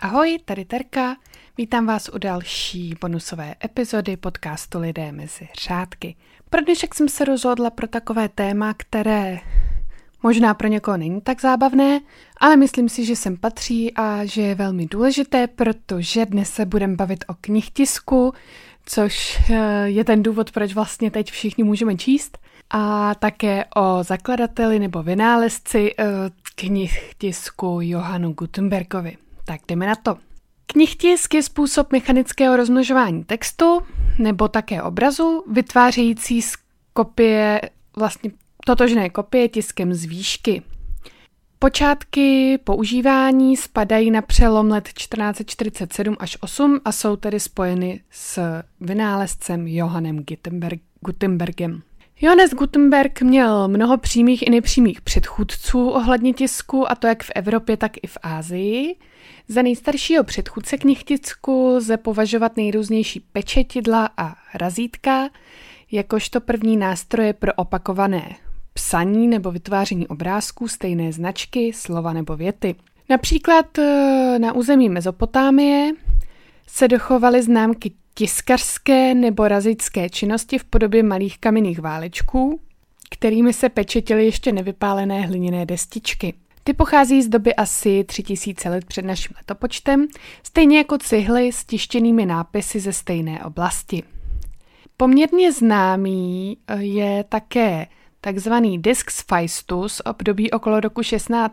Ahoj, tady Terka. Vítám vás u další bonusové epizody podcastu Lidé mezi řádky. Pro dnešek jsem se rozhodla pro takové téma, které možná pro někoho není tak zábavné, ale myslím si, že sem patří a že je velmi důležité, protože dnes se budeme bavit o knihtisku, což je ten důvod, proč vlastně teď všichni můžeme číst, a také o zakladateli nebo vynálezci knihtisku Johannu Gutenbergovi. Tak jdeme na to. Knihtisk je způsob mechanického rozmnožování textu nebo také obrazu, vytvářející z kopie, vlastně totožné kopie tiskem z výšky. Počátky používání spadají na přelom let 1447 až 8 a jsou tedy spojeny s vynálezcem Johannem Gutenbergem. Johannes Gutenberg měl mnoho přímých i nepřímých předchůdců ohledně tisku, a to jak v Evropě, tak i v Asii. Za nejstaršího předchůdce knihtisku lze považovat nejrůznější pečetidla a razítka, jakožto první nástroje pro opakované psaní nebo vytváření obrázků stejné značky, slova nebo věty. Například na území Mezopotámie se dochovaly známky tiskařské nebo razítské činnosti v podobě malých kamenných válečků, kterými se pečetily ještě nevypálené hliněné destičky. Ty pochází z doby asi 3000 let před naším letopočtem, stejně jako cihly s tištěnými nápisy ze stejné oblasti. Poměrně známý je také takzvaný disk z Faistu z období okolo roku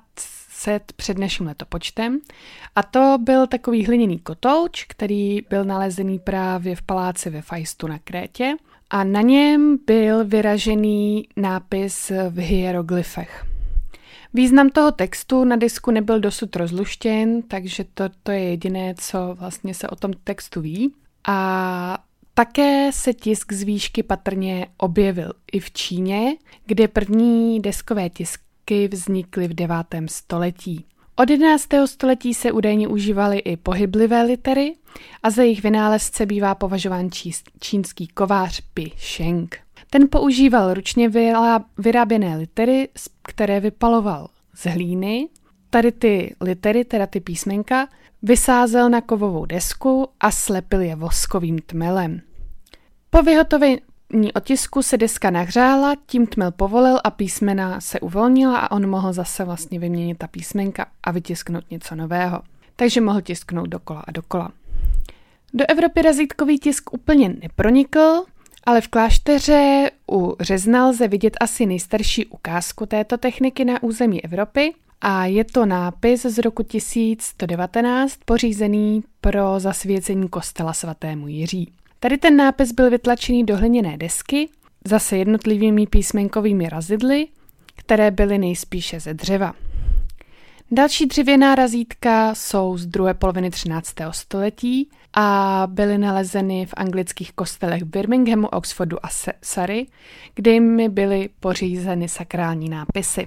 1600 před naším letopočtem, a to byl takový hliněný kotouč, který byl nalezený právě v paláci ve Faistu na Krétě, a na něm byl vyražený nápis v hieroglyfech. Význam toho textu na disku nebyl dosud rozluštěn, takže to je jediné, co vlastně se o tom textu ví. A také se tisk z výšky patrně objevil i v Číně, kde první deskové tisky vznikly v 9. století. Od 11. století se údajně užívaly i pohyblivé litery a za jejich vynálezce bývá považován čínský kovář Pi Sheng. Ten používal ručně vyráběné litery, které vypaloval z hlíny. Tady ty litery, teda ty písmenka, vysázel na kovovou desku a slepil je voskovým tmelem. Po vyhotovení otisku se deska nahřála, tím tmel povolil a písmena se uvolnila a on mohl zase vlastně vyměnit ta písmenka a vytisknout něco nového. Takže mohl tisknout dokola a dokola. Do Evropy razítkový tisk úplně nepronikl, ale v klášteře u Řezna lze vidět asi nejstarší ukázku této techniky na území Evropy a je to nápis z roku 1119 pořízený pro zasvěcení kostela svatému Jiří. Tady ten nápis byl vytlačený do hliněné desky, zase jednotlivými písmenkovými razidly, které byly nejspíše ze dřeva. Další dřevěná razítka jsou z druhé poloviny 13. století a byly nalezeny v anglických kostelech v Birminghamu, Oxfordu a Surrey, kde jimi byly pořízeny sakrální nápisy.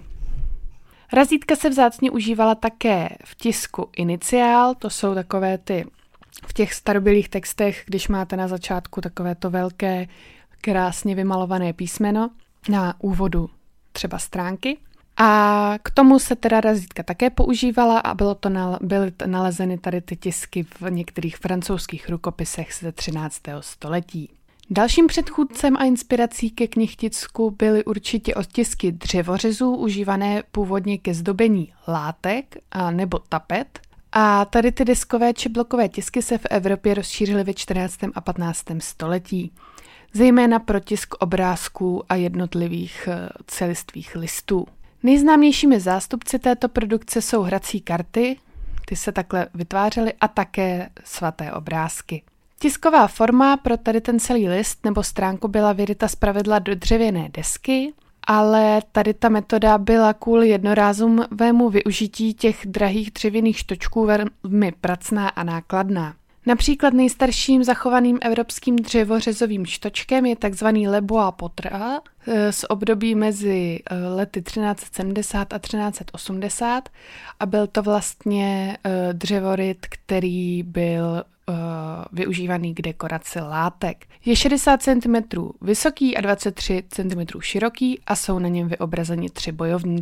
Razítka se vzácně užívala také v tisku iniciál, to jsou takové ty v těch starobylých textech, když máte na začátku takové to velké, krásně vymalované písmeno na úvodu třeba stránky. A k tomu se teda razítka také používala a byly nalezeny tady ty tisky v některých francouzských rukopisech ze 13. století. Dalším předchůdcem a inspirací ke knihtisku byly určitě otisky dřevořezů užívané původně ke zdobení látek a nebo tapet. A tady ty deskové či blokové tisky se v Evropě rozšířily ve 14. a 15. století, zejména pro tisk obrázků a jednotlivých celistvých listů. Nejznámějšími zástupci této produkce jsou hrací karty, ty se takhle vytvářely, a také svaté obrázky. Tisková forma pro tady ten celý list nebo stránku byla vyryta zpravidla do dřevěné desky, ale tady ta metoda byla kvůli jednorázovému využití těch drahých dřevěných štočků velmi pracná a nákladná. Například nejstarším zachovaným evropským dřevořezovým štočkem je tzv. Le Bois Potra z období mezi lety 1370 a 1380 a byl to vlastně dřevoryt, který byl využívaný k dekoraci látek. Je 60 cm vysoký a 23 cm široký a jsou na něm vyobrazeni 3 bojovníci.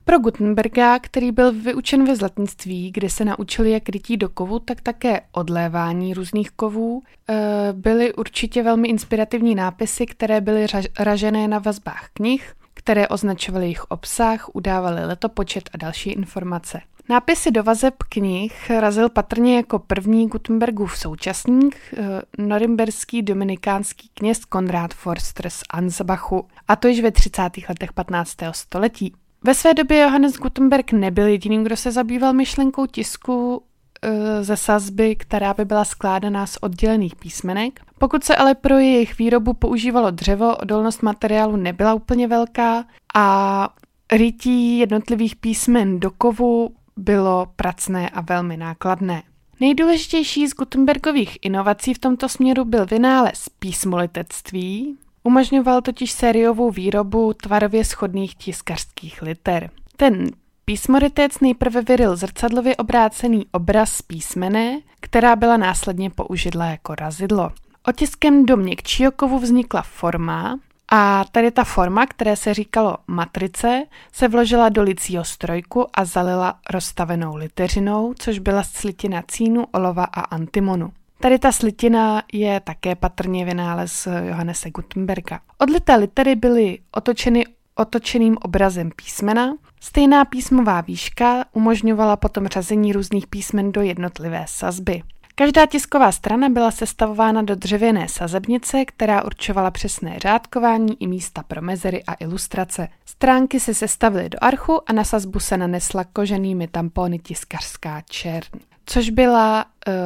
Pro Gutenberga, který byl vyučen ve zlatnictví, kde se naučil jak rytí do kovu, tak také odlévání různých kovů, byly určitě velmi inspirativní nápisy, které byly ražené na vazbách knih, které označovaly jejich obsah, udávaly letopočet a další informace. Nápisy do vazeb knih razil patrně jako první Gutenbergův současník, norimberský dominikánský kněz Konrád Forster z Ansbachu, a to již ve 30. letech 15. století. Ve své době Johannes Gutenberg nebyl jediným, kdo se zabýval myšlenkou tisku ze sazby, která by byla skládaná z oddělených písmenek. Pokud se ale pro jejich výrobu používalo dřevo, odolnost materiálu nebyla úplně velká a rytí jednotlivých písmen do kovu bylo pracné a velmi nákladné. Nejdůležitější z Gutenbergových inovací v tomto směru byl vynález písmolitectví. Umožňoval totiž sériovou výrobu tvarově shodných tiskařských liter. Ten písmorytec nejprve vyryl zrcadlově obrácený obraz písmene, která byla následně použita jako razidlo. Otiskem do měkčího kovu vznikla forma a tady ta forma, které se říkalo matrice, se vložila do licího strojku a zalila rozstavenou liteřinou, což byla slitina cínu, olova a antimonu. Tady ta slitina je také patrně vynález Johannese Gutenberga. Odlité litery byly otočeným obrazem písmena. Stejná písmová výška umožňovala potom řazení různých písmen do jednotlivé sazby. Každá tisková strana byla sestavována do dřevěné sazebnice, která určovala přesné řádkování i místa pro mezery a ilustrace. Stránky se sestavily do archu a na sazbu se nanesla koženými tampony tiskařská čerň, což byla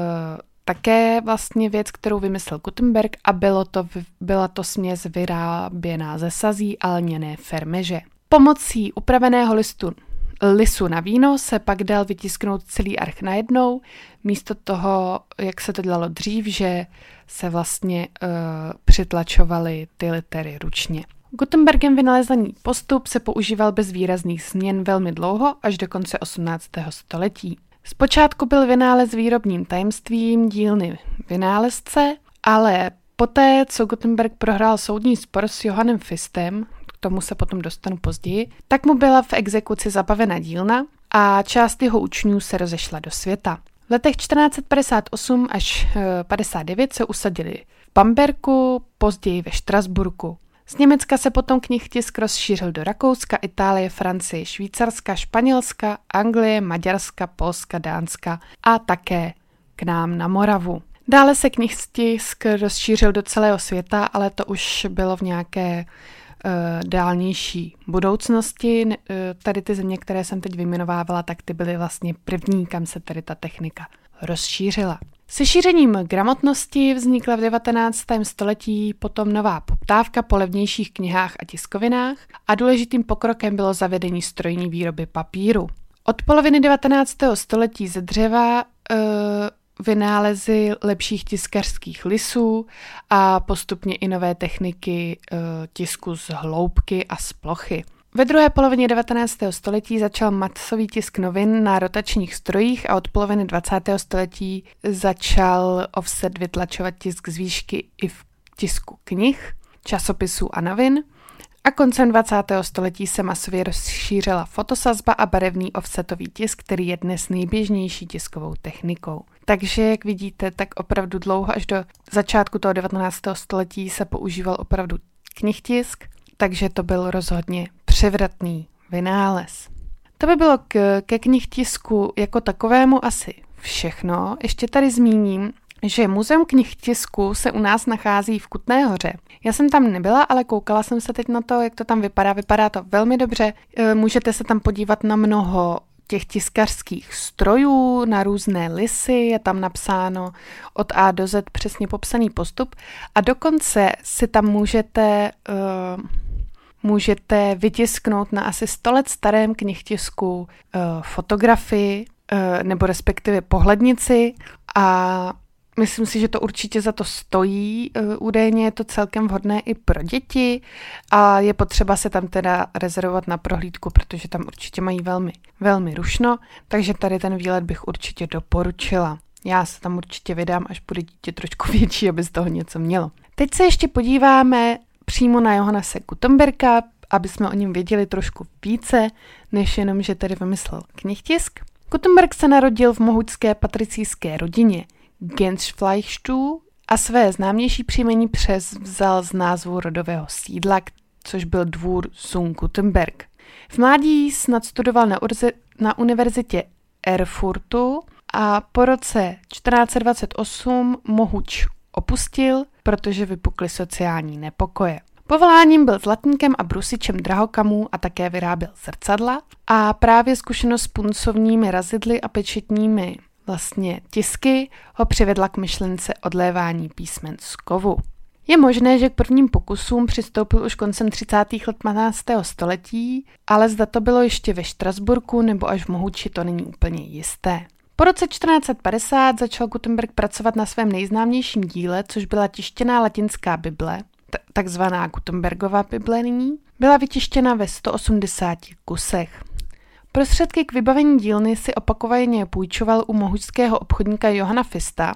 také vlastně věc, kterou vymyslel Gutenberg a byla to směs vyráběná ze sazí a lněné fermeže. Pomocí upraveného lisu na víno se pak dal vytisknout celý arch najednou, místo toho, jak se to dělalo dřív, že se vlastně přitlačovaly ty litery ručně. Gutenbergem vynalezený postup se používal bez výrazných změn velmi dlouho, až do konce 18. století. Zpočátku byl vynález výrobním tajemstvím dílny vynálezce, ale poté, co Gutenberg prohrál soudní spor s Johannem Fistem, k tomu se potom dostanu později, tak mu byla v exekuci zabavena dílna a část jeho učňů se rozešla do světa. V letech 1458 až 59 se usadili v Bamberku, později ve Štrasburku. Z Německa se potom knihtisk rozšířil do Rakouska, Itálie, Francie, Švýcarska, Španělska, Anglie, Maďarska, Polska, Dánska a také k nám na Moravu. Dále se knihtisk rozšířil do celého světa, ale to už bylo v nějaké dálnější budoucnosti. Tady ty země, které jsem teď vyjmenovávala, tak ty byly vlastně první, kam se tady ta technika rozšířila. Se šířením gramotnosti vznikla v 19. století potom nová poptávka po levnějších knihách a tiskovinách a důležitým pokrokem bylo zavedení strojní výroby papíru. Od poloviny 19. století ze dřeva vynálezy lepších tiskařských lisů a postupně i nové techniky tisku z hloubky a z plochy. Ve druhé polovině 19. století začal masový tisk novin na rotačních strojích a od poloviny 20. století začal offset vytlačovat tisk z výšky i v tisku knih, časopisů a novin. A koncem 20. století se masově rozšířila fotosazba a barevný offsetový tisk, který je dnes nejběžnější tiskovou technikou. Takže, jak vidíte, tak opravdu dlouho až do začátku toho 19. století se používal opravdu knihtisk, takže to byl rozhodně převratný vynález. To by bylo ke knihtisku jako takovému asi všechno. Ještě tady zmíním, že Muzeum knihtisku se u nás nachází v Kutné Hoře. Já jsem tam nebyla, ale koukala jsem se teď na to, jak to tam vypadá. Vypadá to velmi dobře. Můžete se tam podívat na mnoho těch tiskařských strojů, na různé lisy, je tam napsáno od A do Z přesně popsaný postup a dokonce si tam můžete vytisknout na asi 100 let starém knihtisku fotografii nebo respektive pohlednici a myslím si, že to určitě za to stojí. Údajně je to celkem vhodné i pro děti a je potřeba se tam teda rezervovat na prohlídku, protože tam určitě mají velmi, velmi rušno, takže tady ten výlet bych určitě doporučila. Já se tam určitě vydám, až bude dítě trošku větší, aby z toho něco mělo. Teď se ještě podíváme přímo na Johannese Gutenberga aby jsme o něm věděli trošku více, než jenom, že tedy vymyslel knihtisk. Gutenberg se narodil v mohučské patricijské rodině Gensfleischtu a své známější příjmení převzal z názvu rodového sídla, což byl dvůr Zum Gutenberg. V mládí snad studoval na univerzitě Erfurtu a po roce 1428 Mohuč opustil, protože vypukly sociální nepokoje. Povoláním byl zlatníkem a brusičem drahokamů a také vyráběl zrcadla a právě zkušenost s puncovními razidly a pečetními tisky ho přivedla k myšlence odlévání písmen z kovu. Je možné, že k prvním pokusům přistoupil už koncem 30. let 15. století, ale zda to bylo ještě ve Štrasburku nebo až v Mohuči, to není úplně jisté. Po roce 1450 začal Gutenberg pracovat na svém nejznámějším díle, což byla tištěná latinská bible, takzvaná Gutenbergova bible nyní, byla vytištěna ve 180 kusech. Prostředky k vybavení dílny si opakovaně půjčoval u mohučského obchodníka Johana Fista.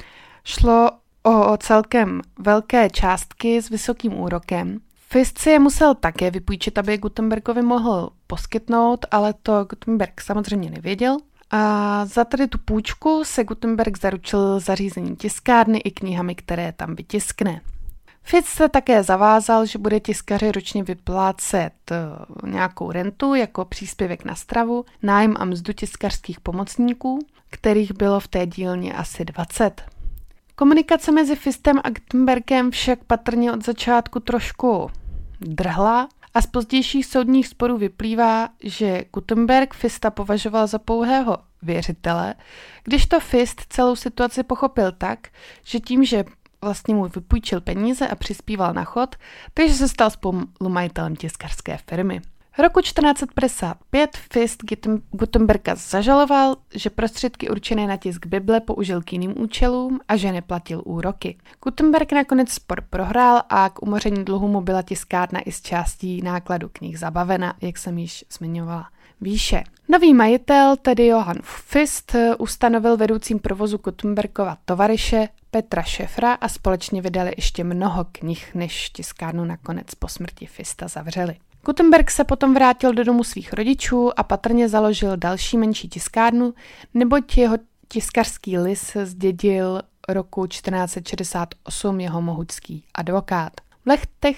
Šlo o celkem velké částky s vysokým úrokem. Fist si je musel také vypůjčit, aby Gutenbergovi mohl poskytnout, ale to Gutenberg samozřejmě nevěděl. A za tady tu půjčku se Gutenberg zaručil zařízení tiskárny i knihami, které tam vytiskne. Fist se také zavázal, že bude tiskaři ročně vyplácet nějakou rentu jako příspěvek na stravu, nájem a mzdu tiskařských pomocníků, kterých bylo v té dílně asi 20. Komunikace mezi Fistem a Gutenbergem však patrně od začátku trošku drhla a z pozdějších soudních sporů vyplývá, že Gutenberg Fista považoval za pouhého věřitele, kdežto Fist celou situaci pochopil tak, že tím, že vlastně mu vypůjčil peníze a přispíval na chod, takže se stal spolumajitelem tiskařské firmy. Roku 1455 Fist Gutenberga zažaloval, že prostředky určené na tisk Bible použil k jiným účelům a že neplatil úroky. Gutenberg nakonec spor prohrál a k umoření dluhu mu byla tiskárna i z částí nákladu knih zabavena, jak jsem již zmiňovala výše. Nový majitel, tedy Johann Fist, ustanovil vedoucím provozu Gutenbergova tovaryše Petra Šefra a společně vydali ještě mnoho knih, než tiskárnu nakonec po smrti Fista zavřeli. Gutenberg se potom vrátil do domu svých rodičů a patrně založil další menší tiskárnu, neboť jeho tiskařský lis zdědil roku 1468 jeho mohučský advokát. V letech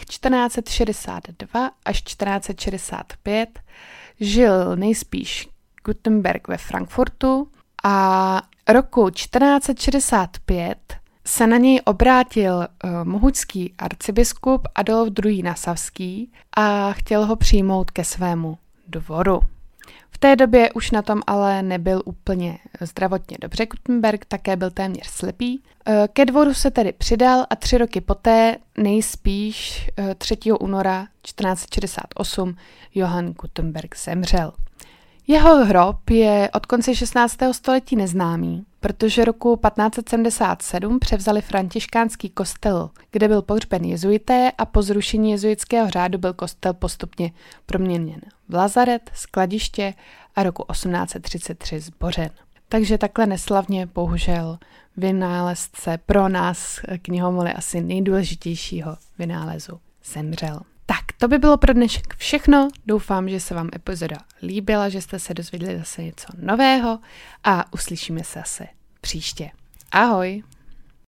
1462 až 1465 žil nejspíš Gutenberg ve Frankfurtu a roku 1465 se na něj obrátil mohučský arcibiskup Adolf II. Nasavský a chtěl ho přijmout ke svému dvoru. V té době už na tom ale nebyl úplně zdravotně dobře. Gutenberg také byl téměř slepý. Ke dvoru se tedy přidal a 3 roky poté, nejspíš 3. února 1468, Johann Gutenberg zemřel. Jeho hrob je od konce 16. století neznámý, protože roku 1577 převzali františkánský kostel, kde byl pohřben jezuité a po zrušení jezuitského řádu byl kostel postupně proměněn v lazaret, skladiště a roku 1833 zbořen. Takže takhle neslavně bohužel vynálezce pro nás knihomoly asi nejdůležitějšího vynálezu zemřel. Tak, to by bylo pro dnešek všechno. Doufám, že se vám epizoda líbila, že jste se dozvěděli zase něco nového a uslyšíme se zase příště. Ahoj!